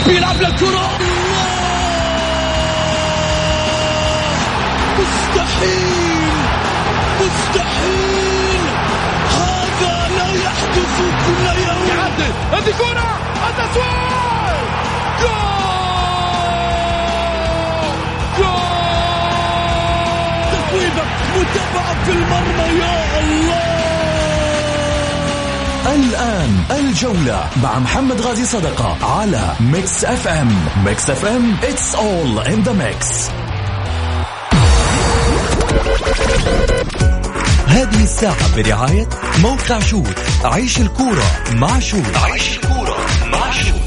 بيلعب للكرة، مستحيل مستحيل، هذا لا يحدث كل يوم. يعدل هذه كرة، التسويق، جول جول، تصويبة متابعة في المرمى، يا الله. الآن الجولة مع محمد غازي صدقة على ميكس اف ام. ميكس اف ام it's all in the mix. هذه الساعة برعاية موقع شوت. عيش الكورة مع شوت. عيش الكورة مع شوت.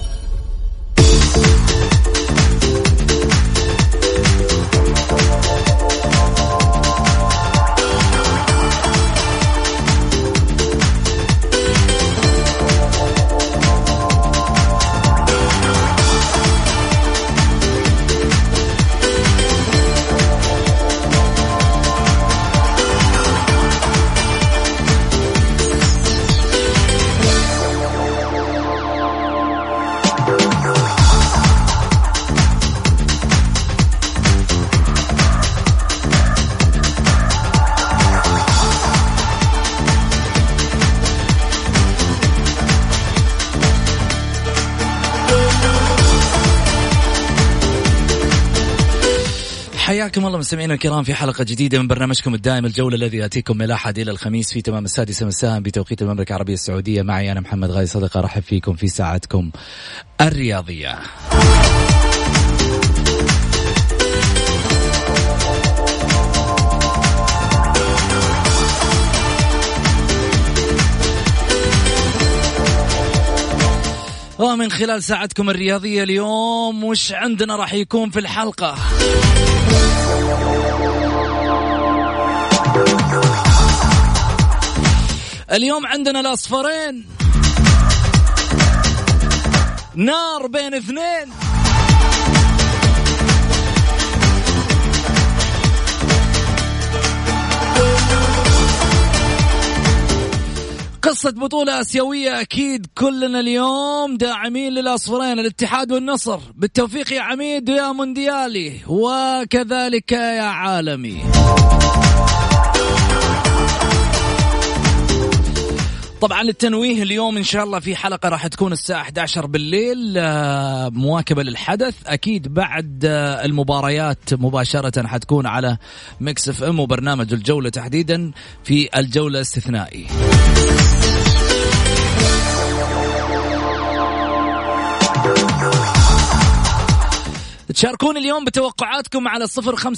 حياكم الله مستمعينا الكرام في حلقة جديدة من برنامجكم الدائم الجولة، الذي يأتيكم من الأحد إلى الخميس في تمام 6 مساء بتوقيت المملكة العربية السعودية. معي أنا محمد غازي صدقة، رحب فيكم في ساعتكم الرياضية. ومن خلال ساعتكم الرياضية اليوم وش عندنا راح يكون في الحلقة؟ اليوم عندنا الأصفرين، نار بين اثنين. قصة بطولة آسيوية أكيد كلنا اليوم داعمين للأصفرين، الاتحاد والنصر. بالتوفيق يا عميد ويا مونديالي وكذلك يا عالمي. طبعا للتنويه اليوم إن شاء الله في حلقة راح تكون الساعة 11 بالليل مواكبة للحدث، أكيد بعد المباريات مباشرة حتكون على ميكس اف ام وبرنامج الجولة تحديدا في الجولة الاستثنائي. تشاركون اليوم بتوقعاتكم على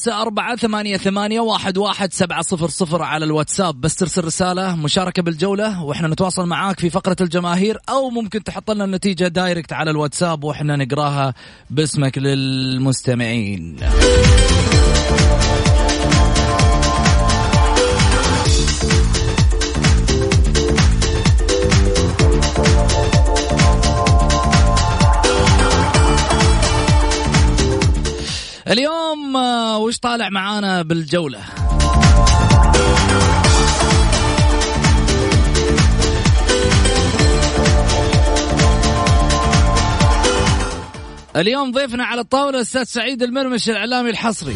0548811700 على الواتساب. بس ترسل رسالة مشاركة بالجولة وإحنا نتواصل معاك في فقرة الجماهير، أو ممكن تحط لنا النتيجة دايركت على الواتساب وإحنا نقراها باسمك للمستمعين. اليوم وش طالع معانا بالجولة؟ اليوم ضيفنا على الطاولة الأستاذ سعيد المرمش، الإعلامي الحصري.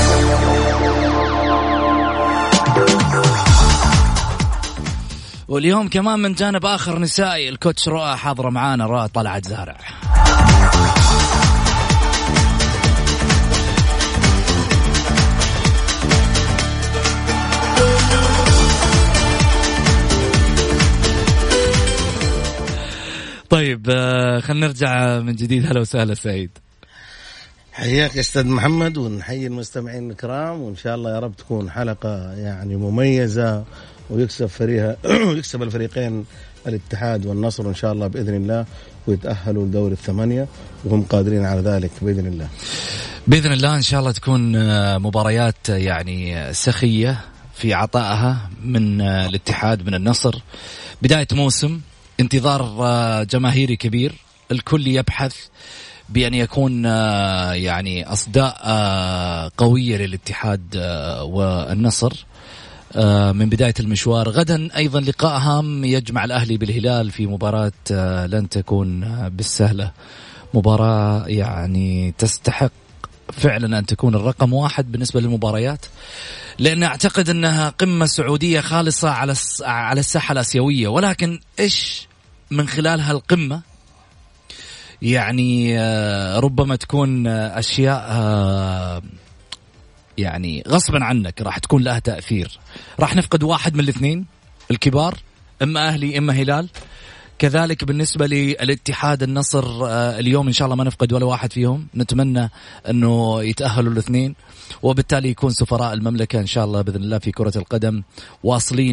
واليوم كمان من جانب آخر نسائي، الكوتش رؤى حاضرة معانا، رؤى طلعت زارع. طيب خلينا نرجع من جديد. هلا وسهلا سعيد. حياك يا استاذ محمد، ونحيي المستمعين الكرام، وان شاء الله يا رب تكون حلقة يعني مميزة ويكسب الفريقين الاتحاد والنصر ان شاء الله باذن الله، ويتأهلوا لدور الثمانية وهم قادرين على ذلك باذن الله. باذن الله ان شاء الله تكون مباريات يعني سخية في عطائها من الاتحاد من النصر. بداية موسم، انتظار جماهيري كبير، الكل يبحث بأن يكون يعني أصداء قوية للاتحاد والنصر من بداية المشوار. غدا أيضا لقاء هام يجمع الأهلي بالهلال في مباراة لن تكون بالسهلة، مباراة يعني تستحق فعلا أن تكون الرقم 1 بالنسبة للمباريات، لأن أعتقد أنها قمة سعودية خالصة على الساحة الآسيوية. ولكن إيش من خلال هالقمة يعني ربما تكون أشياء يعني غصبا عنك راح تكون لها تأثير. راح نفقد واحد من الاثنين الكبار، إما أهلي إما هلال. كذلك بالنسبة للاتحاد النصر اليوم إن شاء الله ما نفقد ولا واحد فيهم، نتمنى أنه يتأهلوا الاثنين، وبالتالي يكون سفراء المملكة إن شاء الله بإذن الله في كرة القدم واصلين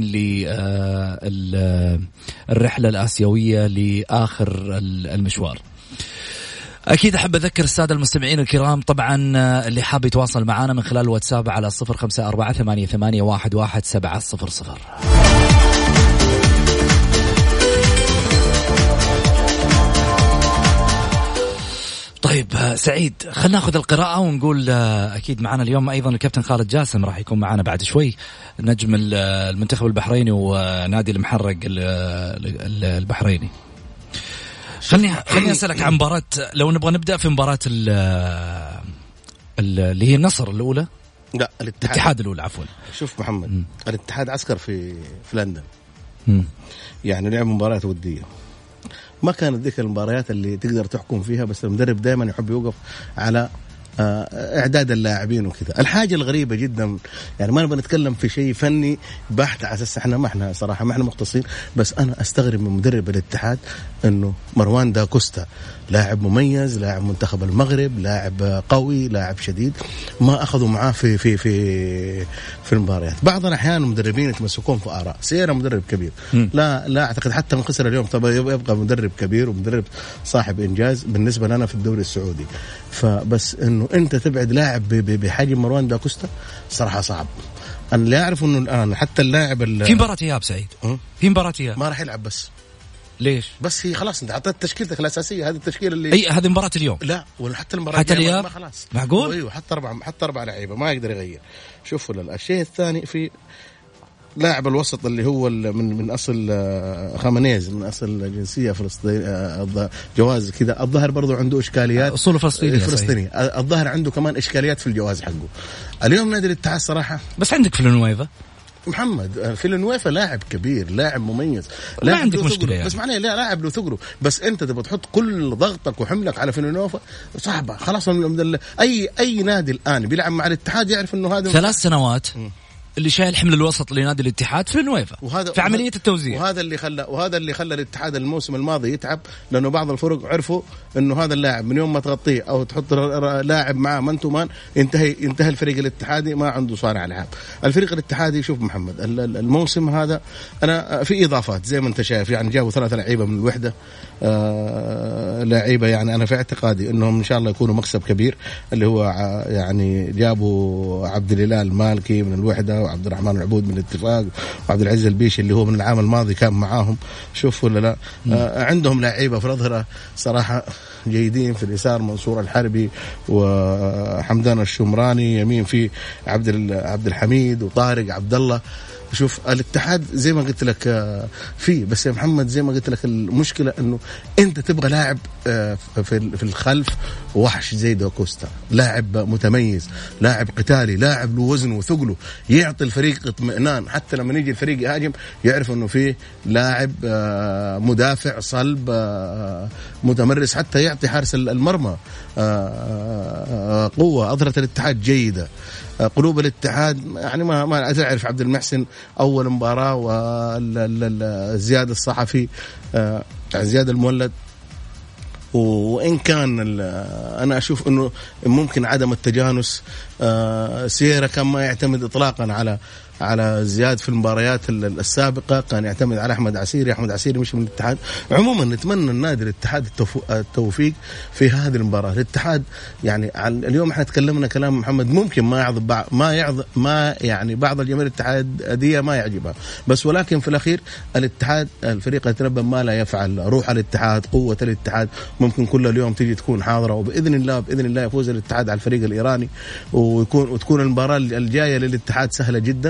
للرحلة الآسيوية لآخر المشوار. أكيد أحب أذكر السادة المستمعين الكرام طبعا اللي حاب يتواصل معنا من خلال الواتساب على 0548811700. طيب سعيد، خلنا ناخذ القراءة ونقول أكيد معنا اليوم أيضا الكابتن خالد جاسم راح يكون معنا بعد شوي، نجم المنتخب البحريني ونادي المحرق البحريني. خلني أسألك عن مباراة، لو نبغى نبدأ في مباراة اللي هي النصر الأولى، لا الاتحاد الأولى عفوا. شوف محمد، الاتحاد عسكر في لندن، يعني لعب مباراة ودية، ما كانت ذيك المباريات اللي تقدر تحكم فيها، بس المدرب دائما يحب يوقف على اعداد اللاعبين وكذا. الحاجه الغريبه جدا يعني ما نبغى نتكلم في شيء فني بحت على اساس احنا صراحه ما احنا مختصين، بس انا استغرب من مدرب الاتحاد انه مروان دا كوستا لاعب مميز، لاعب منتخب المغرب، لاعب قوي، لاعب شديد، ما اخذوا معاه في المباريات. بعض الاحيان المدربين يتمسكون في اراء. سيرة مدرب كبير، لا اعتقد حتى من خسر اليوم طب يبقى مدرب كبير ومدرب صاحب انجاز بالنسبه لنا في الدوري السعودي. فبس انه انت تبعد لاعب بحجم مروان دا كوستا صراحه صعب. انا لا اعرف انه الان حتى اللاعب في مباراه اياب سعيد، في مباراه اياب ما راح يلعب. بس ليش؟ بس هي خلاص انت اعطيت تشكيلتك الاساسيه، هذه التشكيله اللي اي هذه مباراه اليوم. لا ولا حتى المباراه حتى الياب ما خلاص معقول. ايوه حتى اربع لعيبه ما يقدر يغير. شوفوا الشيء الثاني في لاعب الوسط اللي هو من اصل خامنيز، من اصل جنسيه فلسطينيه، جواز كذا. الظاهر برضو عنده اشكاليات، اصوله فلسطيني. الظاهر عنده كمان اشكاليات في الجواز حقه. اليوم نادي الاتحاد صراحه بس عندك فيلانويفا محمد، فيلانويفا لاعب كبير، لاعب مميز، ما عندك مشكله يعني. بس معناه لاعب له ثغره، بس انت تبغى تحط كل ضغطك وحملك على فيلانويفا صعبه. خلاص اي نادي الان بيلعب مع الاتحاد يعرف انه هذا 3 سنوات اللي شايل حمل الوسط لنادي الاتحاد في النويفا في عملية التوزيع. وهذا اللي خلى الاتحاد الموسم الماضي يتعب، لأنه بعض الفرق عرفوا إنه هذا اللاعب من يوم ما تغطيه أو تحط لاعب معه مان تو مان انتهى الفريق الاتحادي ما عنده صانع ألعاب. الفريق الاتحادي شوف محمد الموسم هذا أنا في إضافات زي ما أنت شايف، يعني جابوا 3 لعيبة من الوحدة، لعيبة يعني أنا في اعتقادي إنهم إن شاء الله يكونوا مكسب كبير، اللي هو يعني جابوا عبد الهلال المالكي من الوحدة، وعبد الرحمن العبود من الاتفاق، وعبد العزيز البيشي اللي هو من العام الماضي كان معاهم. شوف ولا لا عندهم لعيبة في الأظهرة صراحة جيدين. في اليسار منصور الحربي وحمدان الشمراني، يمين في عبد الحميد وطارق عبد الله. شوف الاتحاد زي ما قلت لك فيه، بس يا محمد زي ما قلت لك المشكلة انه انت تبغى لاعب في الخلف وحش زي دا كوستا، لاعب متميز، لاعب قتالي، لاعب له وزن وثقله، يعطي الفريق اطمئنان، حتى لما يجي الفريق يهاجم يعرف انه فيه لاعب مدافع صلب متمرس، حتى يعطي حارس المرمى قوة. أظهرة الاتحاد جيدة، قلوب الاتحاد يعني ما تعرف عبد المحسن أول مباراة، وزياد الصحفي، زياد المولد. وإن كان أنا أشوف أنه ممكن عدم التجانس، سيرة كان ما يعتمد إطلاقا على زياد في المباريات السابقة، كان يعتمد على أحمد عسيري مش من الاتحاد. عموما نتمنى النادي الاتحاد التوفيق في هذه المباراة. الاتحاد يعني اليوم احنا تكلمنا كلام محمد ممكن ما يعني بعض الجماهير الاتحادية ما يعجبها، بس ولكن في الأخير الاتحاد الفريق يتنبأ ما لا يفعل. روح الاتحاد، قوة الاتحاد ممكن كل اليوم تيجي تكون حاضرة، وبإذن الله يفوز الاتحاد على الفريق الإيراني، وتكون المباراة الجاية للاتحاد سهلة جدا.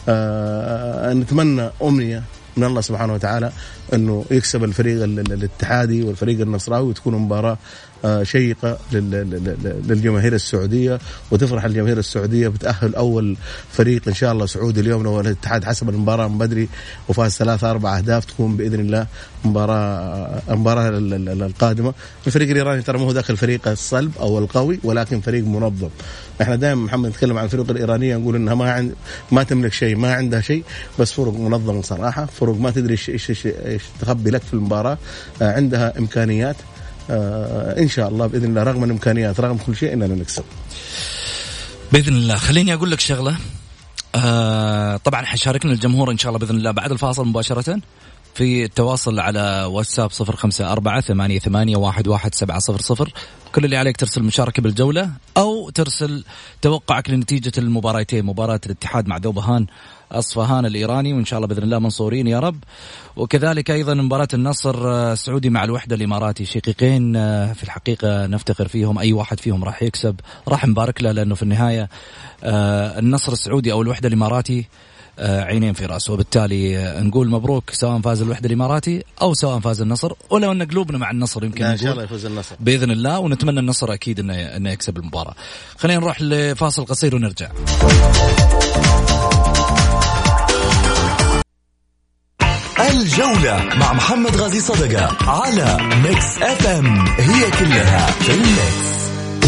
نتمنى أمنية من الله سبحانه وتعالى أنه يكسب الفريق الاتحادي والفريق النصراوي، وتكون مباراة شيقة للجماهير السعودية، وتفرح الجماهير السعودية بتأهل أول فريق إن شاء الله سعودي اليوم لو الاتحاد حسب المباراة من بدري وفاز 3-4 أهداف، تكون بإذن الله مباراة القادمة. الفريق الإيراني ترى مو داخل فريق الصلب أو القوي، ولكن فريق منظم. احنا دائما محمد نتكلم عن الفرق الإيرانية نقول إنها ما تملك شيء، ما عندها شيء، بس فرق منظم صراحة، فرق ما تدري إيش تخبي لك في المباراة، عندها إمكانيات. إن شاء الله بإذن الله رغم الإمكانيات رغم كل شيء إننا نكسب بإذن الله. خليني أقول لك شغلة، طبعا حشاركنا الجمهور إن شاء الله بإذن الله بعد الفاصل مباشرة في التواصل على واتساب 0548811700. كل اللي عليك ترسل مشاركة بالجولة أو ترسل توقعك لنتيجة المباراتين، مباراة الاتحاد مع ذوبهان أصفهان الإيراني، وإن شاء الله بإذن الله منصورين يا رب، وكذلك أيضا مباراة النصر السعودي مع الوحدة الإماراتي. شقيقين في الحقيقة نفتخر فيهم، أي واحد فيهم راح يكسب راح نبارك له، لأنه في النهاية النصر السعودي أو الوحدة الإماراتي عينين في رأسه، وبالتالي نقول مبروك سواء فاز الوحدة الإماراتي أو سواء فاز النصر، ولو أن قلوبنا مع النصر يمكن إن شاء الله يفوز النصر بإذن الله، ونتمنى النصر أكيد إنه يكسب المباراة. خلينا نروح لفاصل قصير ونرجع. الجولة مع محمد غازي صدقة على ميكس اف ام، هي كلها في الميكس.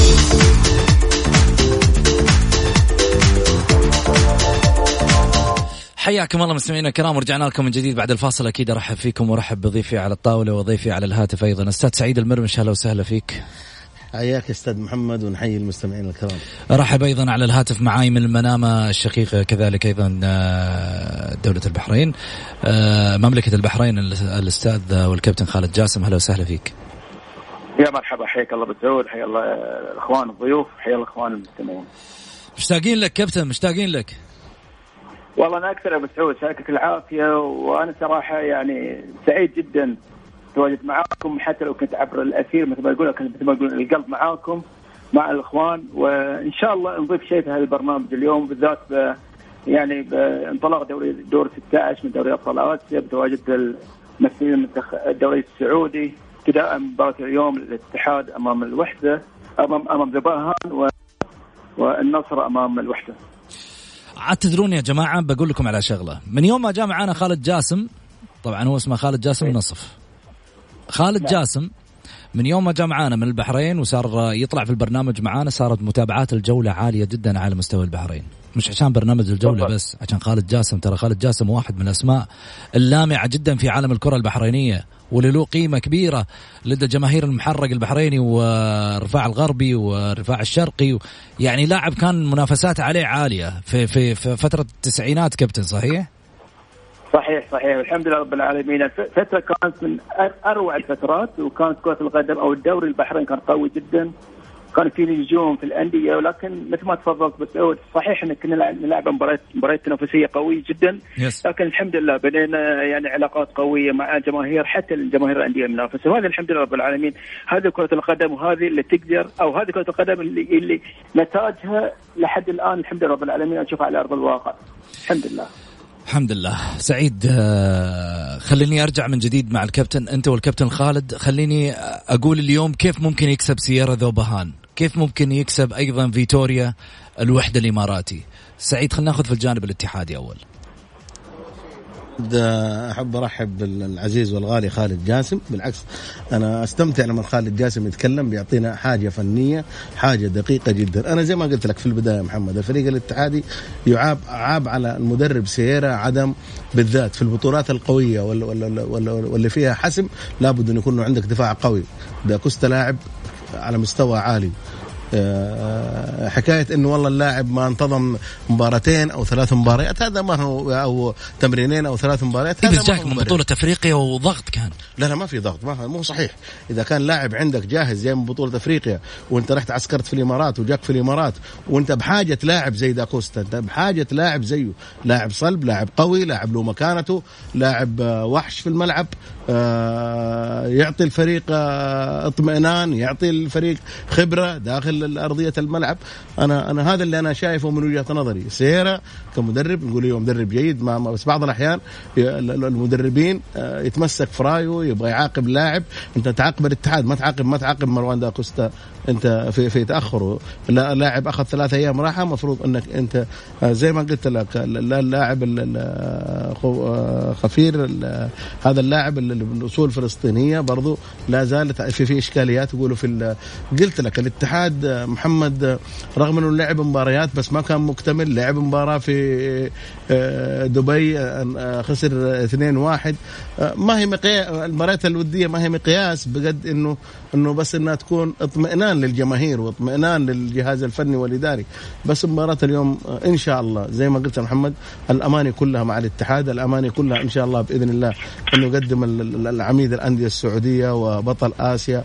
حياكم الله مستمعينا الكرام، ورجعنا لكم من جديد بعد الفاصل. أكيد أرحب فيكم ورحب بضيفي على الطاولة وضيفي على الهاتف أيضا أستاذ سعيد المرمش. هلا وسهلا فيك. حياك أستاذ محمد، ونحيي المستمعين الكرام. أرحب أيضا على الهاتف معاي من المنامة الشقيقة كذلك أيضا دولة البحرين، مملكة البحرين، الأستاذ والكابتن خالد جاسم. هلا وسهلا فيك. يا مرحبا، حياك الله بالزود، حيا الله الأخوان الضيوف، حيا الله الأخوان المستمعين. مشتاقين لك كابتن، مشتاقين لك والله. أنا أكثر أبو سعود، شاكك العافية، وأنا صراحة يعني سعيد جدا تواجد معاكم، حتى لو كنت عبر الأثير مثل ما يقول القلب معاكم مع الإخوان، وإن شاء الله نضيف شيء في هذا البرنامج اليوم بالذات يعني بانطلاق دور 16 من دوري أبطال آسيا بتواجد الممثلين الدوري السعودي، ابتداء مباراة اليوم الاتحاد أمام الوحدة أمام ذوبهان، والنصر أمام الوحدة. عاد تدرون يا جماعة بقول لكم على شغلة، من يوم ما جاء معنا خالد جاسم، طبعا هو اسمه خالد جاسم النصف، خالد جاسم من يوم ما جاء معنا من البحرين وصار يطلع في البرنامج معنا، صارت متابعات الجولة عالية جدا على مستوى البحرين، مش عشان برنامج الجولة بس، عشان خالد جاسم. ترى خالد جاسم واحد من الأسماء اللامعة جدا في عالم الكرة البحرينية، وله قيمة كبيرة لدى جماهير المحرق البحريني ورفاع الغربي ورفاع الشرقي، يعني لاعب كان منافسات عليه عالية في فترة التسعينات كابتن، صحيح؟ صحيح الحمد لله رب العالمين. فترة كانت من أروع الفترات، وكانت كرة القدم أو الدوري البحرين كان قوي جدا، كان في نجوم في الأندية، ولكن مثل ما تفضلت بسعود صحيح إن كنا نلعب مباريات تنافسية قوية جدا، لكن الحمد لله بنينا يعني علاقات قوية مع جماهير، حتى الجماهير الأندية المنافسة، وهذا الحمد لله رب العالمين. هذه كرة القدم، وهذه اللي تقدر، أو هذه كرة القدم اللي نتاجها لحد الآن الحمد لله رب العالمين أشوفها على أرض الواقع. الحمد لله. الحمد لله. سعيد، خليني أرجع من جديد مع الكابتن أنت والكابتن خالد. خليني أقول اليوم كيف ممكن يكسب سيارة ذوبهان، كيف ممكن يكسب أيضا فيتوريا الوحدة الإماراتي. سعيد، خلينا نأخذ في الجانب الاتحادي أول. أحب أرحب بالعزيز والغالي خالد جاسم، بالعكس أنا أستمتع لما خالد جاسم يتكلم، بيعطينا حاجة فنية، حاجة دقيقة جدا. أنا زي ما قلت لك في البداية محمد، الفريق الاتحادي عاب على المدرب سييرا عدم، بالذات في البطولات القوية واللي فيها حسم، لابد أن يكون عندك دفاع قوي. دا كوستا لاعب على مستوى عالي، حكاية إنه والله اللاعب ما انتظم مباراتين أو 3 مباريات، هذا ما هو، أو تمرينين أو 3 مباريات، هذا جاك من بطولة أفريقيا وضغط كان. لا ما في ضغط، مو صحيح. إذا كان لاعب عندك جاهز زي من بطولة أفريقيا، وأنت رحت عسكرت في الإمارات وجاك في الإمارات، وأنت بحاجة لاعب زي داكوستا، أنت بحاجة لاعب زيه، لاعب صلب، لاعب قوي، لاعب له مكانته، لاعب وحش في الملعب، يعطي الفريق اطمئنان، يعطي الفريق خبرة داخل ارضيه الملعب. انا هذا اللي انا شايفه من وجهه نظري. سيرا كمدرب نقول له مدرب جيد، بس بعض الاحيان المدربين يتمسك في رايه، يبغى يعاقب لاعب. انت تعاقب الاتحاد، ما تعاقب مروان داكوستا انت في تاخره. لاعب اخذ 3 أيام راحه، مفروض انك انت زي ما قلت لك اللاعب خفير هذا اللاعب اللي من اصول فلسطينيه برضو لا زالت في اشكاليات. يقولوا قلت لك الاتحاد محمد رغم انه لعب مباريات بس ما كان مكتمل. لعب مباراه في دبي خسر 2-1. ما هي المباريات الوديه ما هي مقياس بجد انه بس انها تكون اطمئنان للجماهير واطمئنان للجهاز الفني والاداري. بس مباراه اليوم ان شاء الله زي ما قلت محمد الاماني كلها مع الاتحاد، الاماني كلها ان شاء الله باذن الله انه يقدم العميد الانديه السعوديه وبطل اسيا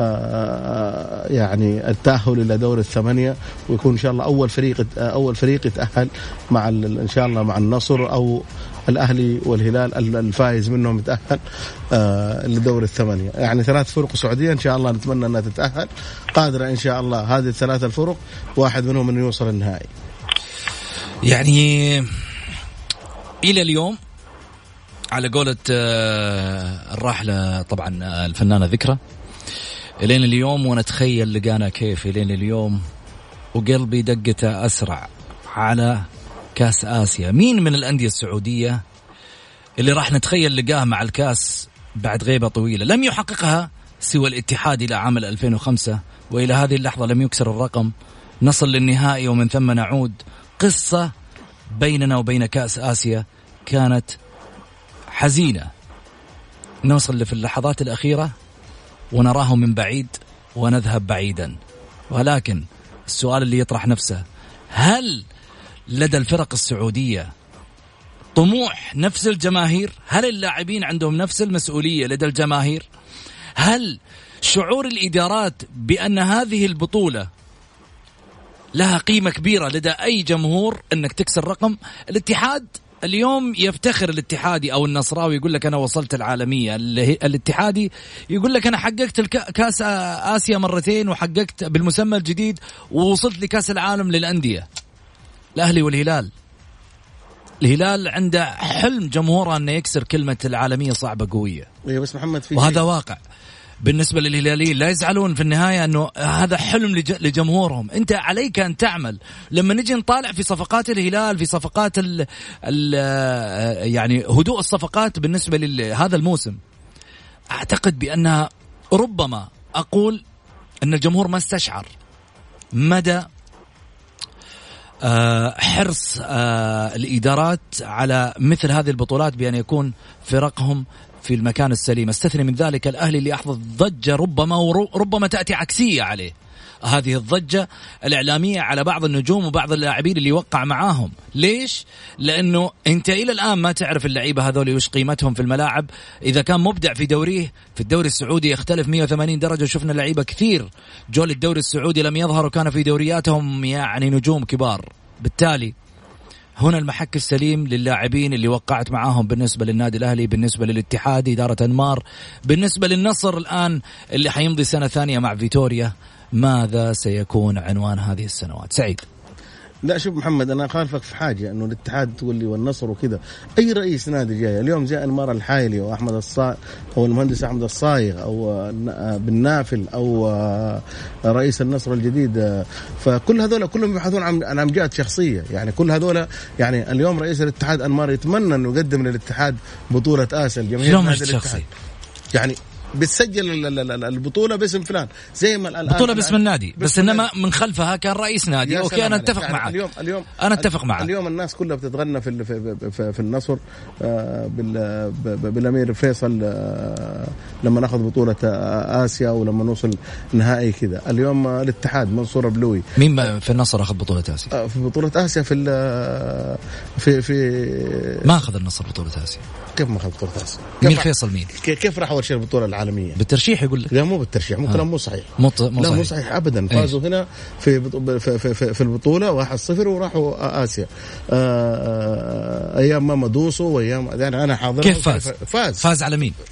يعني التاهل الى دور الثمانيه، ويكون ان شاء الله اول فريق يتاهل مع ان شاء الله مع النصر او الأهلي والهلال الفائز منهم يتأهل لدور الثمانية. يعني 3 فرق سعودية إن شاء الله نتمنى أنها تتأهل، قادرة إن شاء الله هذه ال3 الفرق واحد منهم أن يوصل النهائي. يعني إلى اليوم على قولة الراحلة طبعا الفنانة ذكرى، إلين اليوم ونتخيل لقانا كيف إلين اليوم وقلبي دقته أسرع على كاس آسيا. مين من الأندية السعودية اللي راح نتخيل لقاه مع الكاس بعد غيبة طويلة؟ لم يحققها سوى الاتحاد إلى عام 2005، وإلى هذه اللحظة لم يكسر الرقم. نصل للنهائي ومن ثم نعود. قصة بيننا وبين كاس آسيا كانت حزينة. نوصل في اللحظات الأخيرة ونراه من بعيد ونذهب بعيدا. ولكن السؤال اللي يطرح نفسه، هل لدى الفرق السعودية طموح نفس الجماهير؟ هل اللاعبين عندهم نفس المسؤولية لدى الجماهير؟ هل شعور الإدارات بأن هذه البطولة لها قيمة كبيرة لدى أي جمهور أنك تكسر رقم؟ الاتحاد اليوم يفتخر، الاتحادي أو النصراوي يقول لك أنا وصلت العالمية، الاتحادي يقول لك أنا حققت كاس آسيا مرتين وحققت بالمسمى الجديد ووصلت لكاس العالم للأندية. الأهلي والهلال، الهلال عنده حلم جمهوره أنه يكسر كلمة العالمية صعبة قوية، بس محمد وهذا واقع بالنسبة للهلاليين. لا يزعلون في النهاية أنه هذا حلم لجمهورهم. أنت عليك أن تعمل. لما نجي نطالع في صفقات الهلال، في صفقات يعني هدوء الصفقات بالنسبة لهذا الموسم، أعتقد بأنها ربما أقول أن الجمهور ما استشعر مدى حرص الإدارات على مثل هذه البطولات بأن يكون فرقهم في المكان السليم. استثني من ذلك الأهلي اللي أحظى ضجة ربما تأتي عكسية عليه. هذه الضجة الإعلامية على بعض النجوم وبعض اللاعبين اللي وقع معاهم. ليش؟ لأنه أنت إلى الآن ما تعرف اللعيبة هذول وش قيمتهم في الملاعب. إذا كان مبدع في دوريه، في الدوري السعودي يختلف 180 درجة. شفنا لعيبة كثير جول الدوري السعودي لم يظهروا، كان في دورياتهم يعني نجوم كبار. بالتالي هنا المحك السليم للاعبين اللي وقعت معاهم، بالنسبة للنادي الأهلي، بالنسبة للاتحاد إدارة أنمار، بالنسبة للنصر الآن اللي حيمضي سنة ثانية مع فيتوريا. ماذا سيكون عنوان هذه السنوات؟ سعيد. لا شوف محمد، أنا أخالفك في حاجة، إنه الاتحاد تقول لي والنصر وكذا. أي رئيس نادي جاي اليوم جاء أنمار الحايلي أو أحمد أو المهندس أحمد الصايغ أو بن نافل أو رئيس النصر الجديد، فكل هذول كلهم يبحثون عن أمجاد شخصية. يعني كل هذول، يعني اليوم رئيس الاتحاد أنمار يتمنى إنه يقدم للاتحاد بطولة آسيا. الجماهير نادي الاتحاد يعني بتسجل البطولة باسم فلان، زي ما الآن بطولة باسم النادي، بس إنما من خلفها كان رئيس نادي. أوكي أنا أتفق يعني معك. اليوم أنا أتفق معك. اليوم الناس كلها بتتغنى في النصر بالأمير فيصل لما نأخذ بطولة آسيا ولما نوصل نهائي كذا. اليوم الاتحاد منصور بلوي. مين في النصر أخذ بطولة آسيا؟ في بطولة آسيا في ما أخذ النصر بطولة آسيا. كيف ما أخذ بطولة آسيا؟ مين فيصل مين؟ كيف راح أول شيء البطولة العالمية؟ بالترشيح يقول لك. لا مو بالترشيح، مو كلام مو صحيح. لا مو صحيح أبدا. فازوا هنا في البطولة 1-0 وراحوا آسيا أيام ما مدوسوا وأيام يعني أنا حاضر. كيف فاز على مين؟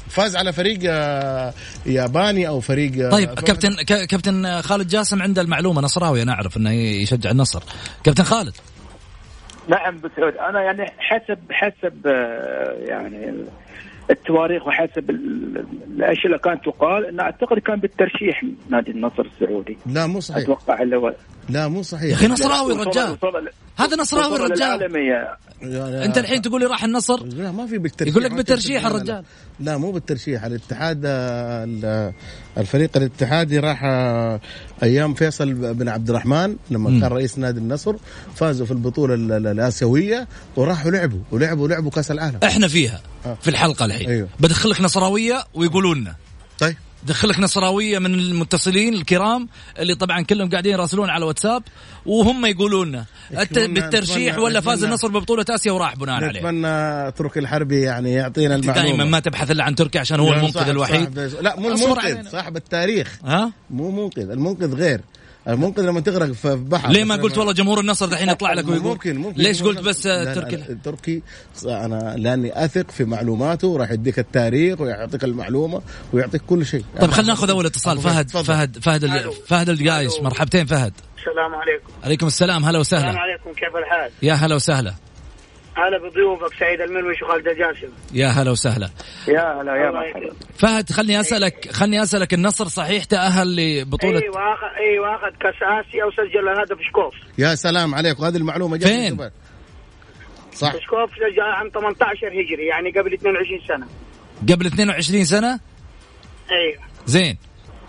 فاز على فريق ياباني او فريق. طيب كابتن خالد جاسم عنده المعلومه، نصراوي انا اعرف انه يشجع النصر. كابتن خالد. نعم بسعود، انا يعني حسب يعني التواريخ وحسب الاشياء اللي كانت تقال، ان اعتقد كان بالترشيح نادي النصر السعودي. لا مو صحيح، اتوقع لا مو صحيح يا اخي. نصراوي الرجال هذا، نصراوي الرجال. انت الحين تقول لي راح النصر؟ لا ما في بالترشيح، يقول لك بالترشيح الرجال. لا مو بالترشيح. الاتحاد الفريق الاتحادي راح ايام فيصل بن عبد الرحمن لما كان رئيس نادي النصر، فازوا في البطوله الاسيويه وراحوا لعبوا كاس العالم. احنا فيها في الحلقه الحين. أيوه. بدخلك نصراويه ويقولوا لنا طيب دخلك نصراويه من المتصلين الكرام اللي طبعا كلهم قاعدين يراسلون على واتساب، وهم يقولون لنا بالترشيح ولا فاز النصر ببطوله اسيا وراح بناء عليه. نتمنى تركي الحربي يعني يعطينا المعلومه. دائما ما تبحث الا عن تركي عشان هو المنقذ الوحيد. لا مو المنقذ، صاحب التاريخ. مو منقذ، المنقذ غير. المنقذ لما تغرق في بحر. ليه ما قلت والله جمهور النصر دحين يطلع لك ويقول؟ ممكن ليش قلت بس تركي؟ تركي انا لاني اثق في معلوماته، راح يديك التاريخ ويعطيك المعلومه ويعطيك كل شيء. طيب خلينا ناخذ اول اتصال. فهد القايش. مرحبتين فهد. السلام عليكم. عليكم السلام، هلا وسهلا. السلام عليكم، كيف الحال؟ يا هلا وسهلا. هلا بضيوفك سعيد المرويش وخالد الجاسم. يا هلا وسهلا. يا هلا يا مرحبا. فهد خلني اسالك النصر صحيح تاهل لبطوله؟ ايوه اخذ كاس اسيا وسجل الهدف شكوف. يا سلام عليك، وهذه المعلومه فين؟ صح. شكوف سجل عام 18 هجري، يعني قبل 22 سنه. قبل 22 سنه؟ ايوه. زين.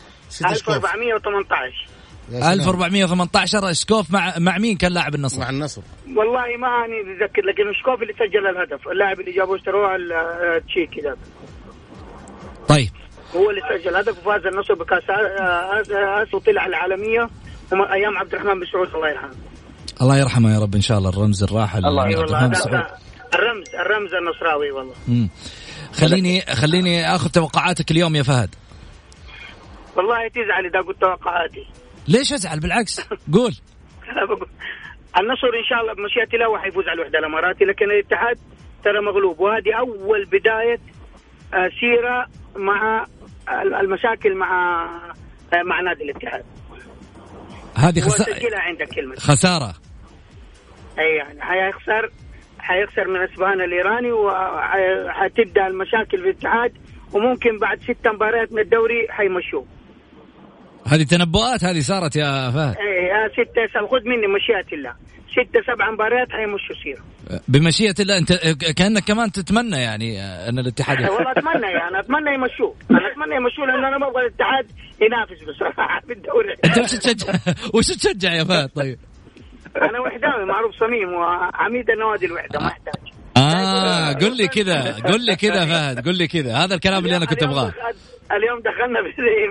1418. 1418 شكوف مع مين كان لاعب النصر؟ مع النصر. والله ما اني متذكر، لكن شكوف اللي سجل الهدف، اللاعب اللي جابوه اشتروه التشيكي ده. طيب. هو اللي سجل الهدف وفاز النصر بكاس اسيا وطلع العالميه ايام عبد الرحمن بن سعود الله يرحمه. الله يرحمه يا رب ان شاء الله. الرمز الراحل عبد الرحمن بن سعود. الرمز النصراوي والله. خليني اخذ توقعاتك اليوم يا فهد. والله تزعل اذا قلت توقعاتي. ليش ازعل؟ بالعكس قول. النصر ان شاء الله بمشيئة الله وحيفوز على الوحدة الاماراتي، لكن الاتحاد ترى مغلوب، وهذه اول بداية سيرة مع المشاكل مع نادي الاتحاد. هذه سجلها عندك كلمة خسارة. اي يعني حيخسر من اسبان الايراني، وحتبدا المشاكل في الاتحاد، وممكن بعد 6 مباريات من الدوري حيمشوه. هذه تنبؤات هذه صارت يا فهد. ايه 6 خذ مني مشيئة الله، 6-7 مباريات حيمشوا سيره بمشيئة الله. انت كأنك كمان تتمنى يعني ان الاتحاد والله اتمنى يمشوه، لان انا ما ابغى الاتحاد ينافس بصراحه في الدوري. انت وش تشجع يا فهد؟ طيب انا وحداوي معروف صميم وعميد النوادي الوحده، ما احتاج. قل لي كذا فهد، قل لي كذا، هذا الكلام اللي انا كنت ابغاه. اليوم دخلنا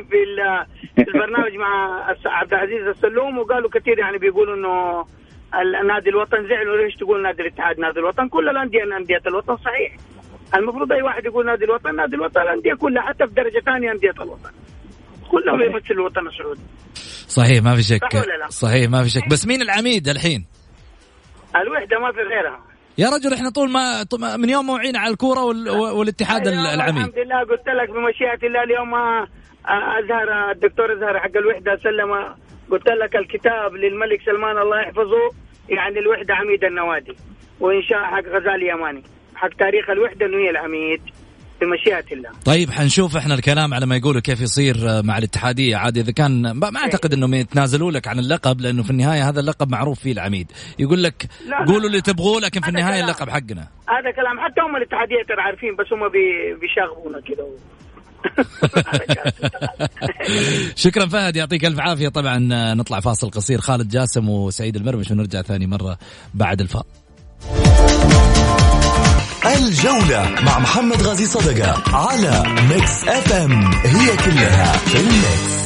في البرنامج مع عبد العزيز السلوم، وقالوا كثير يعني بيقولوا انه النادي الوطن زعلوا، ليش تقول نادي الاتحاد نادي الوطن؟ كل الانديه انديه الوطن. صحيح، المفروض اي واحد يقول نادي الوطن الانديه كلها، حتى في درجه ثانيه انديه الوطن كلهم يمثلوا الوطن السعودي. صحيح ما في شك، صحيح ما في شك. بس مين العميد الحين؟ الوحده، ما في غيرها يا رجل. احنا طول ما من يوم موعين على الكوره والاتحاد العميد. الحمد لله، قلت لك بمشيئة الله. اليوم أزهر الدكتور أزهر حق الوحدة سلم، قلت لك الكتاب للملك سلمان الله يحفظه، يعني الوحدة عميد النوادي، وإنشاء حق غزالي يماني حق تاريخ الوحدة إنه هي العميد بمشيئة الله. طيب حنشوف احنا الكلام على ما يقولوا كيف يصير مع الاتحادية عادي. إذا كان ما أعتقد إنهم يتنازلوا لك عن اللقب، لأنه في النهاية هذا اللقب معروف فيه العميد. يقول لك قولوا اللي تبغوه، لكن في النهاية اللقب حقنا. هذا كلام حتى هم الاتحادية ترى عارفين، بس هم بيشاغبونا كده. شكرا فهد، يعطيك ألف عافية. طبعا نطلع فاصل قصير، خالد جاسم وسعيد المرمش، ونرجع ثاني مرة بعد الفاصل. الجولة مع محمد غازي صدقة على ميكس اف ام، هي كلها في الميكس.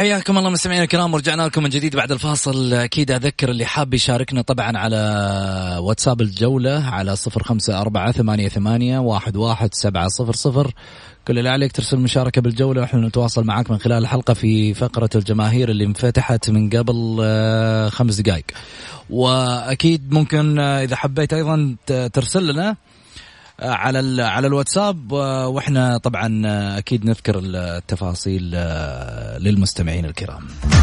حياكم الله مستمعينا الكرام، ورجعنا لكم من جديد بعد الفاصل. أكيد أذكر اللي حاب يشاركنا طبعا على واتساب الجولة على 0548811700. كل اللي عليك ترسل مشاركة بالجولة وإحنا نتواصل معاك من خلال الحلقة في فقرة الجماهير اللي انفتحت من قبل 5 دقائق. وأكيد ممكن إذا حبيت أيضا ترسل لنا على الواتساب، واحنا طبعا اكيد نذكر التفاصيل للمستمعين الكرام.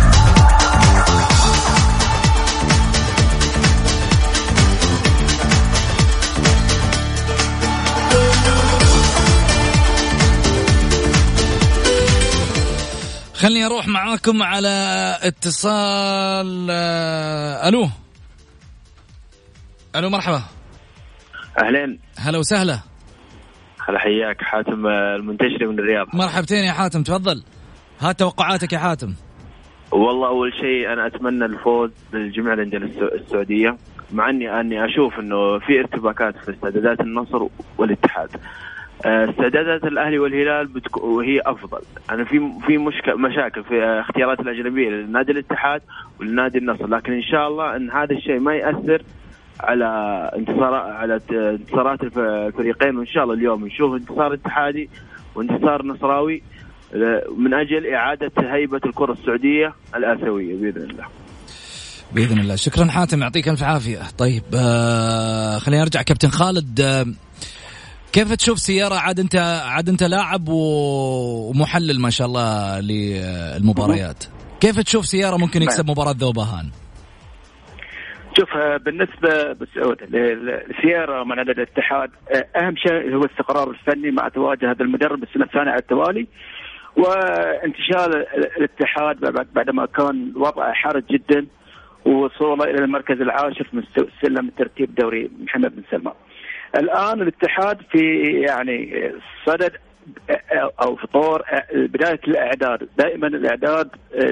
خلني اروح معاكم على اتصال. الو مرحبا. أهلين. هلا وسهلا. هلا حياك حاتم المنتشري من الرياض. مرحبتين يا حاتم، تفضل هات توقعاتك يا حاتم. والله أول شيء أنا أتمنى الفوز للجميع الأندية السعودية، مع أني أشوف إنه في ارتباكات في استعدادات النصر والاتحاد. استعدادات الأهلي والهلال وهي أفضل. أنا في مشاكل في اختيارات الأجنبية للنادي الاتحاد والنادي النصر، لكن إن شاء الله أن هذا الشيء ما يأثر على انتصارات الفريقين، وإن شاء الله اليوم نشوف انتصار اتحادي وانتصار نصراوي من أجل إعادة هيبة الكرة السعودية الآسيوية بإذن الله. بإذن الله. شكرا حاتم، يعطيك ألف عافية. طيب خلينا نرجع كابتن خالد، كيف تشوف سيارة؟ عاد أنت لاعب ومحلل ما شاء الله للمباريات، كيف تشوف سيارة ممكن يكسب مباراة ذوبهان؟ شوف بالنسبة للسيارة من عدد الاتحاد، أهم شيء هو الاستقرار الفني مع تواجد هذا المدرب السنة الثانية على التوالي، وانتشال الاتحاد بعدما كان وضعه حرج جدا ووصوله إلى المركز العاشر في سلم ترتيب دوري محمد بن سلمان. الآن الاتحاد في يعني صدد أو في طور بداية الإعداد. دائما الإعداد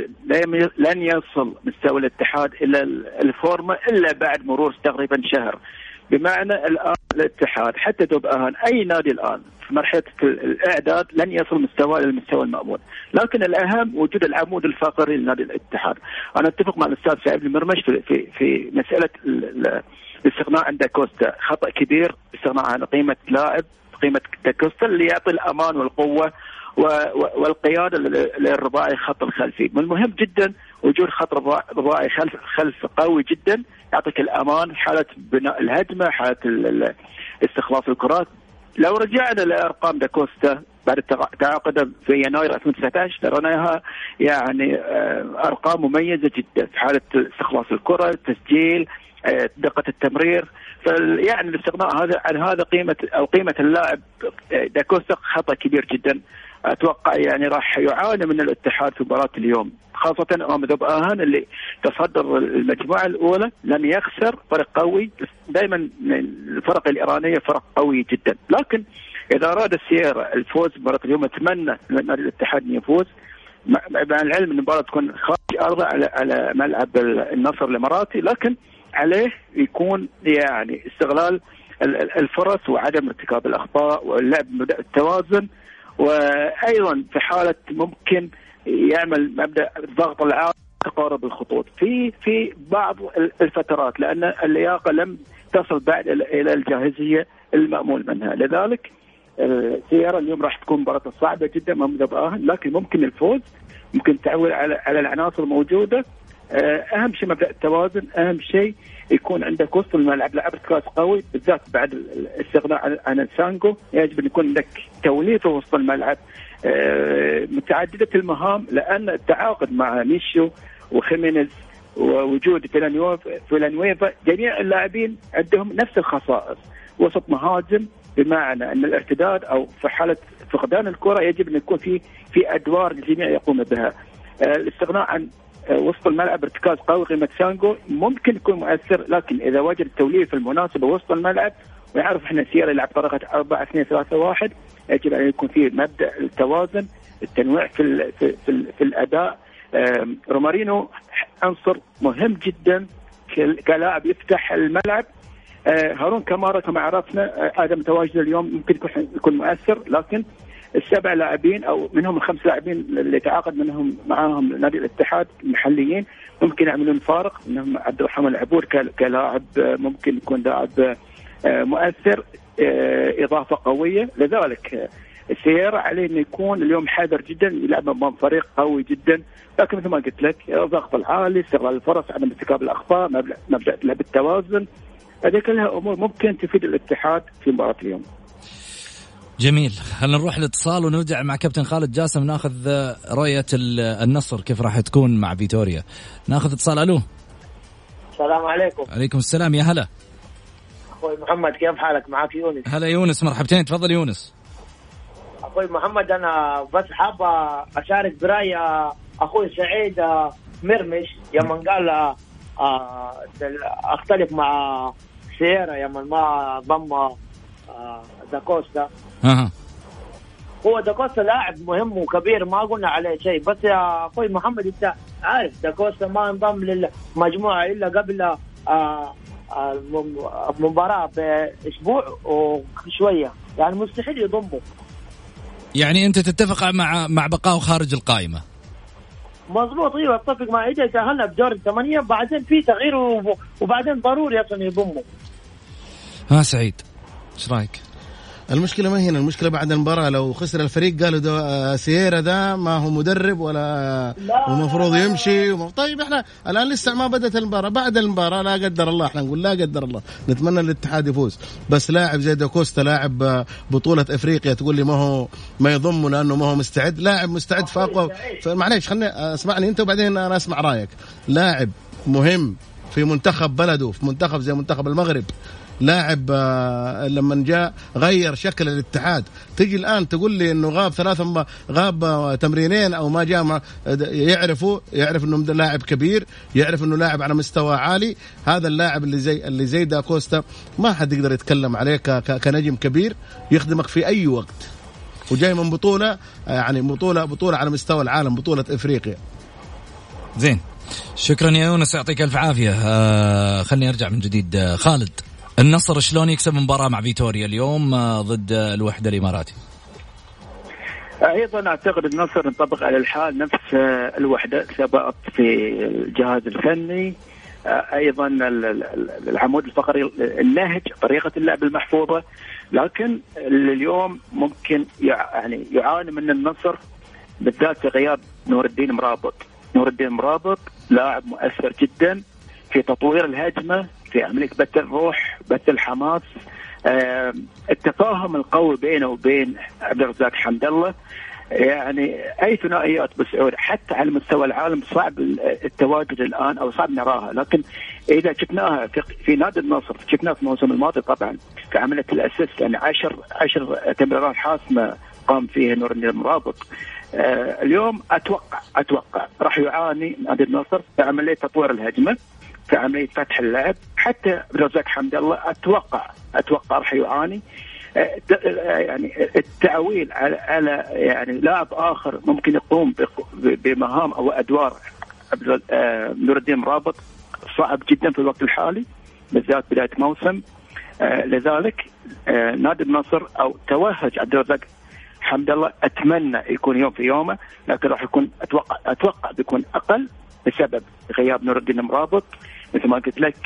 لن يصل مستوى الاتحاد إلى الفورمة إلا بعد مرور تقريبا شهر. بمعنى الآن الاتحاد حتى ذوبهان أي نادي الآن في مرحلة الإعداد لن يصل مستوى للمستوى المأمول، لكن الأهم وجود العمود الفقري لنادي الاتحاد. أنا أتفق مع الأستاذ سعيد المرمش في مسألة الاستغناء عن داكوستا، خطأ كبير استغناء عن قيمة لاعب قيمة داكوستا اللي يعطي الأمان والقوة والقيادة للرباعي خط الخلفي. من المهم جدا وجود خط رباعي خلف قوي جدا يعطيك الأمان حالة بناء الهجمة، حالة استخلاص الكرات. لو رجعنا لأرقام داكوستا بعد تعاقده في يناير 2019 تروناها يعني أرقام مميزة جدا في حالة استخلاص الكرة، التسجيل، دقة التمرير. فيعني الاستغناء هذا قيمة اللاعب داكوستا خطأ كبير جدا. أتوقع يعني راح يعاني من الاتحاد في مباراة اليوم، خاصة أمام ذوبهان اللي تصدر المجموعة الأولى. لن يخسر، فرق قوي دائما، الفرق الإيرانية فرق قوي جدا. لكن إذا أراد السيارة الفوز مباراة اليوم أتمنى أن الاتحاد يفوز، مع العلم أن المباراة تكون خارج أرضه على ملعب النصر الإماراتي، لكن عليه يكون يعني استغلال الفرص وعدم ارتكاب الأخطاء واللعب بمبدأ التوازن. وأيضا في حالة ممكن يعمل مبدأ الضغط العالي تقارب الخطوط في بعض الفترات، لأن اللياقة لم تصل بعد إلى الجاهزية المأمول منها. لذلك السيارة اليوم راح تكون مباراة صعبة جدا أمام ذوبهان، لكن ممكن الفوز، ممكن تعول على العناصر الموجودة. أهم شيء مبدأ التوازن، أهم شيء يكون عندك وسط الملعب لاعب ارتكاز قوي، بالذات بعد الاستغناء عن السانجو يجب أن يكون عندك توليفة وسط الملعب متعددة المهام، لأن التعاقد مع ميشو وخيمينيز ووجود فيلانويفا جميع اللاعبين عندهم نفس الخصائص، وسط مهاجم، بمعنى أن الارتداد أو في حالة فقدان الكرة يجب أن يكون في أدوار الجميع يقوم بها. الاستغناء عن وسط الملعب ارتكاز قوي قيمة سانجو ممكن يكون مؤثر، لكن إذا وجد التوليفة المناسبة وسط الملعب، ويعرف احنا سيارة يلعب طريقة 4-2-3-1، يجب أن يكون فيه مبدأ التوازن، التنويع في الأداء. رومارينو عنصر مهم جدا كلاعب يفتح الملعب. هارون كامارا كما عرفنا عدم تواجده اليوم ممكن يكون مؤثر، لكن السبع لاعبين او منهم الخمس لاعبين اللي تعاقد معاهم نادي الاتحاد محليين ممكن يعملون فارق. منهم عبد الرحمن العبور كلاعب ممكن يكون لاعب مؤثر، اضافه قويه. لذلك السيارة عليه انه يكون اليوم حذر جدا، يلعب امام فريق قوي جدا، لكن مثل ما قلت لك الضغط العالي، استغلال الفرص، عدم ارتكاب الاخطاء، مبدا لعب التوازن، هذه كلها امور ممكن تفيد الاتحاد في مباراة اليوم. جميل. خلينا نروح الاتصال ونرجع مع كابتن خالد جاسم ناخذ رؤية النصر كيف راح تكون مع فيتوريا. ناخذ اتصال. الو. السلام عليكم. عليكم السلام. يا هلا اخوي محمد، كيف حالك؟ معك يونس. هلا يونس، مرحبتين. تفضل يونس. اخوي محمد، انا بس حاب اشارك برأي اخوي سعيد مرمش يوم قال اختلف مع سيارة يوم ما ضم داكوستا. هو داكوستا لاعب مهم وكبير، ما قلنا عليه شيء، بس يا اخوي محمد انت عارف داكوستا ما انضم للمجموعة الا قبل المباراة باسبوع وشوية، يعني مستحيل يضمه. يعني انت تتفق مع بقائه خارج القائمة؟ مظبوط، ايوه اتفق مع. اذا تأهلنا بدور الثمانية بعدين في تغيير وبعدين ضروري اصلا يضمه. ها سعيد ايش رايك؟ المشكلة ما هنا، المشكلة بعد المباراة لو خسر الفريق قالوا سييرا ده ما هو مدرب ولا ومفروض يمشي. طيب احنا الآن لسه ما بدأت المباراة، بعد المباراة لا قدر الله احنا نقول لا قدر الله نتمنى الاتحاد يفوز، بس لاعب زي داكوستا لاعب بطولة افريقيا تقول لي ما يضمه لأنه ما هو مستعد. لاعب مستعد في أقوى، معليش خلني اسمعني انت وبعدين انا اسمع رايك. لاعب مهم في منتخب بلده، في منتخب زي منتخب المغرب، لاعب لما جاء غير شكل الاتحاد. تجي الآن تقول لي إنه غاب تمرينين أو ما جاء يعرف إنه لاعب كبير، يعرف إنه لاعب على مستوى عالي. هذا اللاعب اللي زي داكوستا ما حد يقدر يتكلم عليه كنجم كبير يخدمك في أي وقت، وجاي من بطولة يعني بطولة على مستوى العالم، بطولة إفريقيا. زين، شكرا يا يونس، يعطيك ألف عافية. خلني أرجع من جديد. خالد، النصر شلون يكسب مباراة مع فيتوريا اليوم ضد الوحدة الإماراتي؟ أيضا أعتقد النصر ينطبق على الحال نفس الوحدة، ثبات في الجهاز الفني، أيضا العمود الفقري، النهج، طريقة اللعب المحفوظة. لكن اليوم ممكن يعني يعاني من النصر بالذات في غياب نور الدين مرابط. لاعب مؤثر جدا في تطوير الهجمة، في عملية بث الروح، بث الحماس، التفاهم القوي بينه وبين عبد الرزاق حمد الله. يعني أي ثنائيات بالسعودية حتى على مستوى العالم صعب التواجد الآن أو صعب نراها، لكن إذا شفناها في نادي النصر، شفناها في الموسم الماضي طبعا في عملية الأسيست، يعني 10 تمريرات حاسمة قام فيها نور الدين مرابط. اليوم أتوقع راح يعاني نادي النصر في عملية تطوير الهجمة، في عملية فتح اللعب. حتى عبد الرزاق حمد الله أتوقع راح يعاني يعني التعويل على يعني لاعب آخر ممكن يقوم بمهام أو أدوار نور الدين مرابط صعب جدا في الوقت الحالي بالذات بداية موسم. لذلك نادي النصر أو توهج عبد الرزاق حمد الله أتمنى يكون يوم في يومه، لكن راح يكون أتوقع بيكون أقل بسبب غياب نور الدين مرابط. مثل ما قلت لك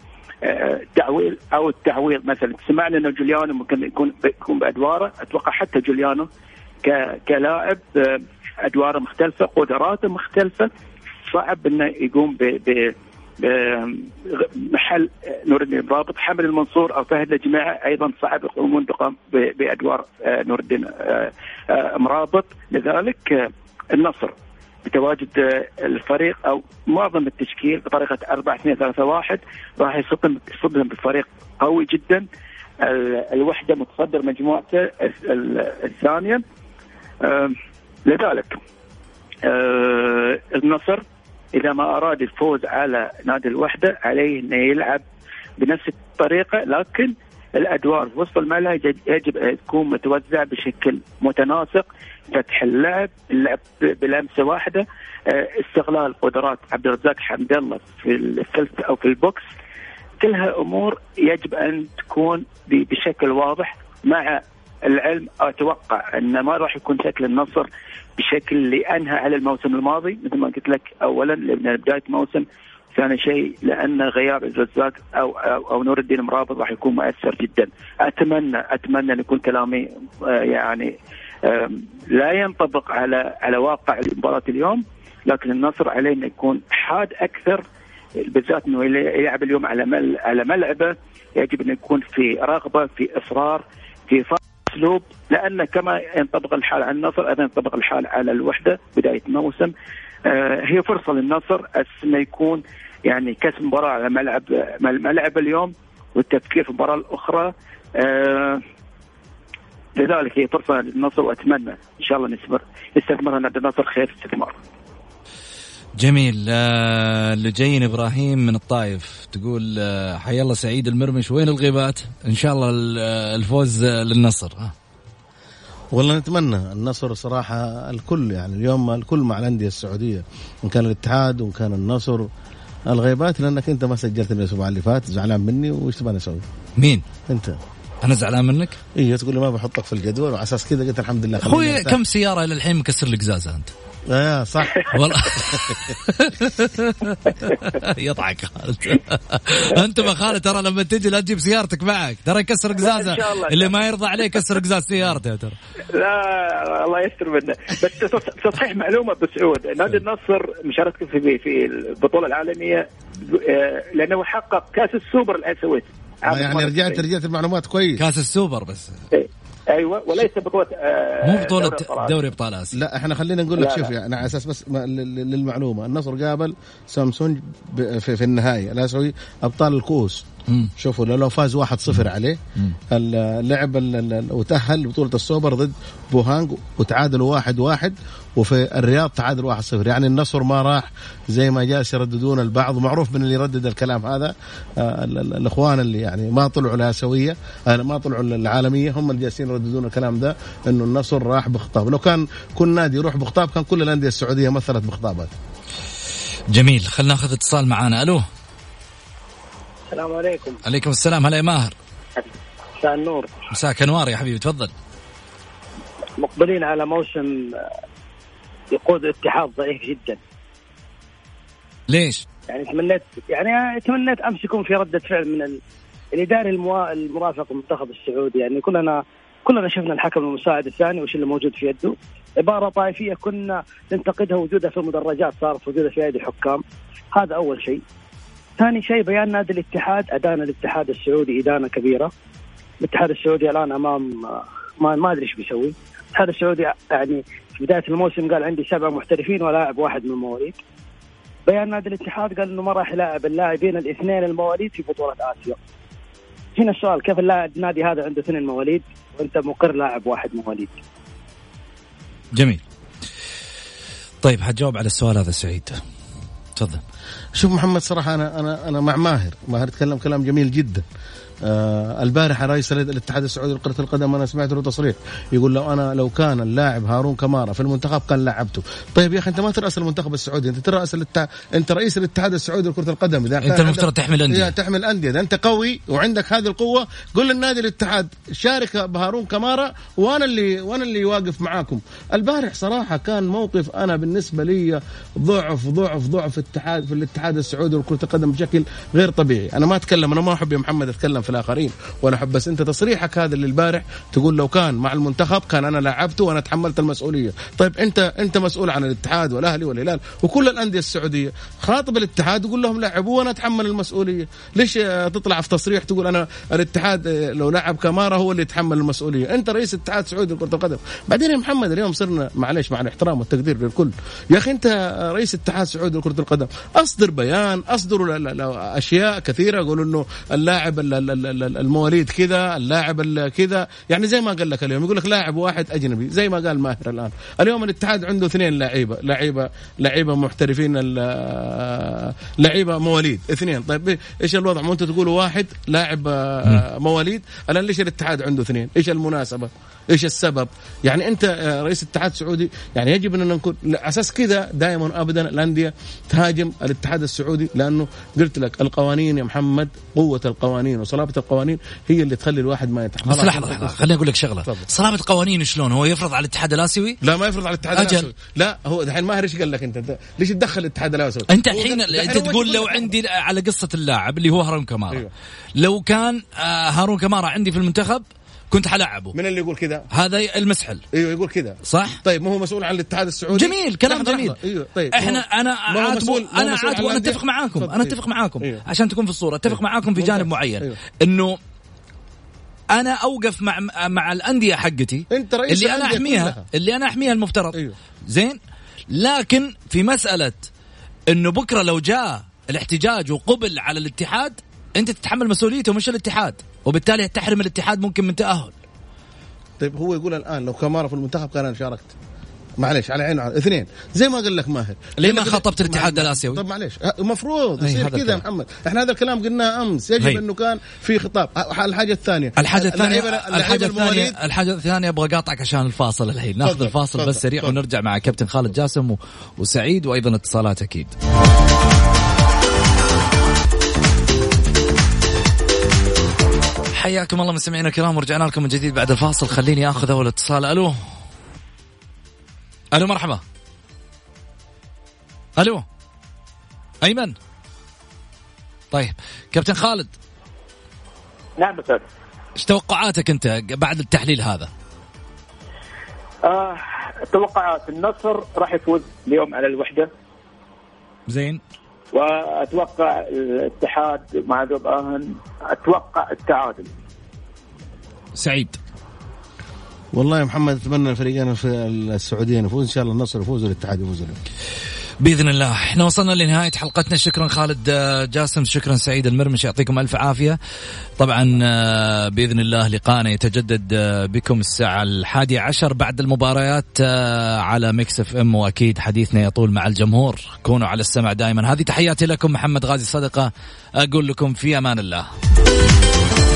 التعويض مثلا سمعنا انه جوليانو ممكن يكون بادواره. اتوقع حتى جوليانو كلاعب ادواره مختلفه، قدراته مختلفه، صعب انه يقوم بمحل نور الدين مرابط. حمد المنصور او فهد الجماعه ايضا صعب يقومون بادوار نور الدين مرابط. لذلك النصر بتواجد الفريق أو معظم التشكيل بطريقة 4-2-3-1 راح يصدهم بفريق قوي جدا. الوحدة متصدر مجموعته الثانية. لذلك النصر إذا ما أراد الفوز على نادي الوحدة عليه أن يلعب بنفس الطريقة، لكن الأدوار في وسط الملعب يجب أن تكون متوزعة بشكل متناسق. فتح اللعب بلمسة واحدة، استغلال قدرات عبد الرزاق حمد الله في الثلث أو في البوكس، كلها أمور يجب أن تكون بشكل واضح مع العلم أتوقع أن ما راح يكون شكل النصر بشكل اللي أنهى على الموسم الماضي، مثل ما قلت لك أولا لأن بداية موسم، ثاني شيء لأن غياب الرزاق أو نور الدين مرابط راح يكون مؤثر جدا. أتمنى أن يكون كلامي يعني لا ينطبق على واقع مباراة اليوم، لكن النصر عليه أن يكون حاد أكثر، بالذات أنه يلعب اليوم على ملعبه، يجب أن يكون في رغبة، في إصرار، في أسلوب، لأن كما ينطبق الحال على النصر أيضا ينطبق الحال على الوحدة بداية موسم. هي فرصة للنصر أنه يكون يعني كسب مباراة على ملعب اليوم والتفكير في المباراة الأخرى. لذلك هي فرصة للنصر، وأتمنى إن شاء الله نستثمر أن النصر خير استثمار. جميل. لجين إبراهيم من الطائف تقول حيا الله سعيد المرمش، وين الغيبات؟ إن شاء الله الفوز للنصر. والله نتمنى النصر صراحة. الكل يعني اليوم الكل مع الأندية السعودية، إن كان الاتحاد وإن كان النصر. الغيبات لأنك أنت ما سجلت الأسبوع اللي فات، زعلان مني، وإيش تبغى نسوي؟ مين أنت؟ أنا زعلان منك؟ إيه تقول لي ما بحطك في الجدول، وعلى أساس كذا قلت الحمد لله. أخوي كم سيارة إلى الحين مكسر لك زازة أنت؟ صح والله. يضحك خالد. أنت ما خالد ترى لما تجي لا تجيب سيارتك معك، ترى يكسر قزازة، اللي ما يرضى عليه يكسر قزاز سيارته ترى. لا الله يستر منه. بس تصحيح معلومة بسعود، نادي النصر مشاركته في البطولة العالمية لأنه حقق كأس السوبر الآسيوي. يعني رجعت المعلومات كويس. كأس السوبر بس. ايوه، وليس بطوله مو بطوله دوري ابطال اسيا. لا احنا خلينا نقول لك شوف يعني على اساس بس للمعلومه، النصر قابل سامسونج في النهائي الاسيوي ابطال الكؤوس. شوفوا لو فاز 1-0 عليه اللعب وتأهل بطولة السوبر ضد بوهانغ وتعادلوا 1-1، وفي الرياض تعادل 1-0. يعني النصر ما راح زي ما جالس يرددون البعض، معروف من اللي يردد الكلام هذا الأخوان اللي يعني ما طلعوا الآسيوية، ما طلعوا العالمية، هم اللي جالسين يرددون الكلام ده إنه النصر راح بخطاب. لو كان كل نادي يروح بخطاب كان كل الأندية السعودية مثلت بخطابات. جميل. خلنا ناخذ اتصال معانا. ألو. السلام عليكم. عليكم السلام. هلا يا ماهر. مساء النور. مساك انوار يا حبيبي، تفضل. مقبلين على موسم يقود الاتحاد ضعيف جدا. ليش؟ يعني تمنيت امس يكون في ردة فعل من الاداري المرافق المنتخب السعودي. يعني كلنا شفنا الحكم المساعد الثاني وش اللي موجود في يده، عبارة طائفية كنا ننتقدها وجودها في المدرجات صارت وجودها في أيدي الحكام. هذا أول شيء. ثاني شيء بيان نادي الاتحاد، أدانا الاتحاد السعودي إدانة كبيرة. الاتحاد السعودي الآن أمام ما أدري إيش بيسوي. الاتحاد السعودي يعني في بداية الموسم قال عندي 7 محترفين ولاعب واحد من المواليد. بيان نادي الاتحاد قال إنه ما راح يلاعب اللاعبين الاثنين المواليد في بطولة آسيا. هنا السؤال، كيف النادي هذا عنده 2 مواليد وأنت مقر لاعب واحد مواليد؟ جميل. طيب حتجاوب على السؤال هذا سعيد، تفضل. شوف محمد صراحة أنا مع ماهر تكلم كلام جميل جدا. البارح رئيس الاتحاد السعودي لكرة القدم أنا سمعت له تصريح يقول لو كان اللاعب هارون كمارا في المنتخب كان لعبته. طيب يا أخي أنت ما ترأس المنتخب السعودي، أنت رئيس الاتحاد السعودي لكرة القدم. إذا أنت المفترض تحمل أندية. تحمل أندية. إذا أنت قوي وعندك هذه القوة قل للنادي الاتحاد شارك بهارون كمارا وأنا اللي واقف معاكم. البارح صراحة كان موقف أنا بالنسبة لي ضعف في الاتحاد السعودي لكرة القدم بشكل غير طبيعي. أنا ما أتكلم، أنا ما أحب يا محمد أتكلم في الآخرين ولا أحب، بس أنت تصريحك هذا اللي البارح تقول لو كان مع المنتخب كان أنا لعبته وأنا تحملت المسؤولية. طيب أنت مسؤول عن الاتحاد والأهلي والهلال وكل الأندية السعودية، خاطب الاتحاد وقول لهم لعبوا وأنا أتحمل المسؤولية. ليش تطلع في تصريح تقول أنا الاتحاد لو لعب كمارا هو اللي يتحمل المسؤولية؟ أنت رئيس الاتحاد السعودي لكرة القدم. بعدين يا محمد اليوم صرنا معلش مع الاحترام والتقدير للكل، يا أخي أنت رئيس الاتحاد السعودي لكرة القدم، أصدر بيان، أصدروا أشياء كثيرة، يقولوا إنه اللاعب المواليد كذا، اللاعب كذا، يعني زي ما قال لك اليوم يقول لك لاعب واحد أجنبي زي ما قال ماهر الآن. اليوم الاتحاد عنده 2 لعيبة محترفين، لعيبة مواليد 2. طيب إيش الوضع؟ ما أنت تقولوا 1 لاعب مواليد، الآن ليش الاتحاد عنده 2؟ إيش المناسبة؟ إيش السبب؟ يعني أنت رئيس الاتحاد السعودي، يعني يجب أن نكون أساس كذا دائما أبدا الأندية تهاجم الاتحاد السعودي، لأنه قلت لك القوانين يا محمد، قوة القوانين وصلابة القوانين هي اللي تخلي الواحد ما يتحمل. بس لحظة خليني أقول لك شغلة. صلابة القوانين شلون؟ هو يفرض على الاتحاد الآسيوي؟ لا ما يفرض على الاتحاد الآسيوي. لا هو الحين ماهر ايش قال لك انت ليش تدخل الاتحاد الآسيوي؟ انت الحين انت تقول لو عندي على قصة اللاعب اللي هو هارون كمارا. أيوه. لو كان هارون كمارا عندي في المنتخب كنت حلعبه. من اللي يقول كذا؟ هذا المسحل. ايوه يقول كذا صح. طيب ما هو مسؤول عن الاتحاد السعودي؟ جميل كلام جميل. ايوه طيب انا عاد وانا اتفق معاكم. انا اتفق معاكم. أيوه. عشان تكون في الصورة اتفق معاكم في جانب معين. أيوه. انه انا اوقف مع الانديه حقتي اللي انا احميها المفترض. أيوه. زين. لكن في مساله انه بكره لو جاء الاحتجاج وقبل على الاتحاد انت تتحمل مسؤوليته مش الاتحاد، وبالتالي تحرم الاتحاد ممكن من تأهل. طيب هو يقول الان لو كمارا في المنتخب كان انا شاركت، معليش على عينه على اثنين زي ما قال لك ماهر. ليه ما خاطبت الاتحاد الآسيوي؟ طب معليش المفروض يصير كذا يا محمد. احنا هذا الكلام قلناه امس، يجب انه كان في خطاب. الحاجه الثانيه الحاجه الثانيه ابغى اقاطعك عشان الفاصل الحين. ناخذ الفاصل بس سريع ونرجع مع كابتن خالد جاسم وسعيد وايضا اتصالات اكيد. حياكم الله مستمعينا الكرام، ورجعنا لكم من جديد بعد الفاصل. خليني اخذ اول اتصال. الو مرحبا. الو ايمن. طيب كابتن خالد. نعم استاذ. ايش توقعاتك انت بعد التحليل هذا؟ توقعات النصر راح يفوز اليوم على الوحدة. زين. واتوقع الاتحاد مع ذوباهن اتوقع التعادل. سعيد. والله يا محمد اتمنى الفريقين في السعوديين يفوز ان شاء الله، النصر يفوز والاتحاد يفوز باذن الله. احنا وصلنا لنهايه حلقتنا. شكرا خالد جاسم، شكرا سعيد المرمشي، يعطيكم الف عافيه. طبعا باذن الله لقاءنا يتجدد بكم الساعه 11 بعد المباريات على ميكس اف ام، واكيد حديثنا يطول مع الجمهور. كونوا على السمع دائما. هذه تحياتي لكم، محمد غازي صدقه، اقول لكم في امان الله.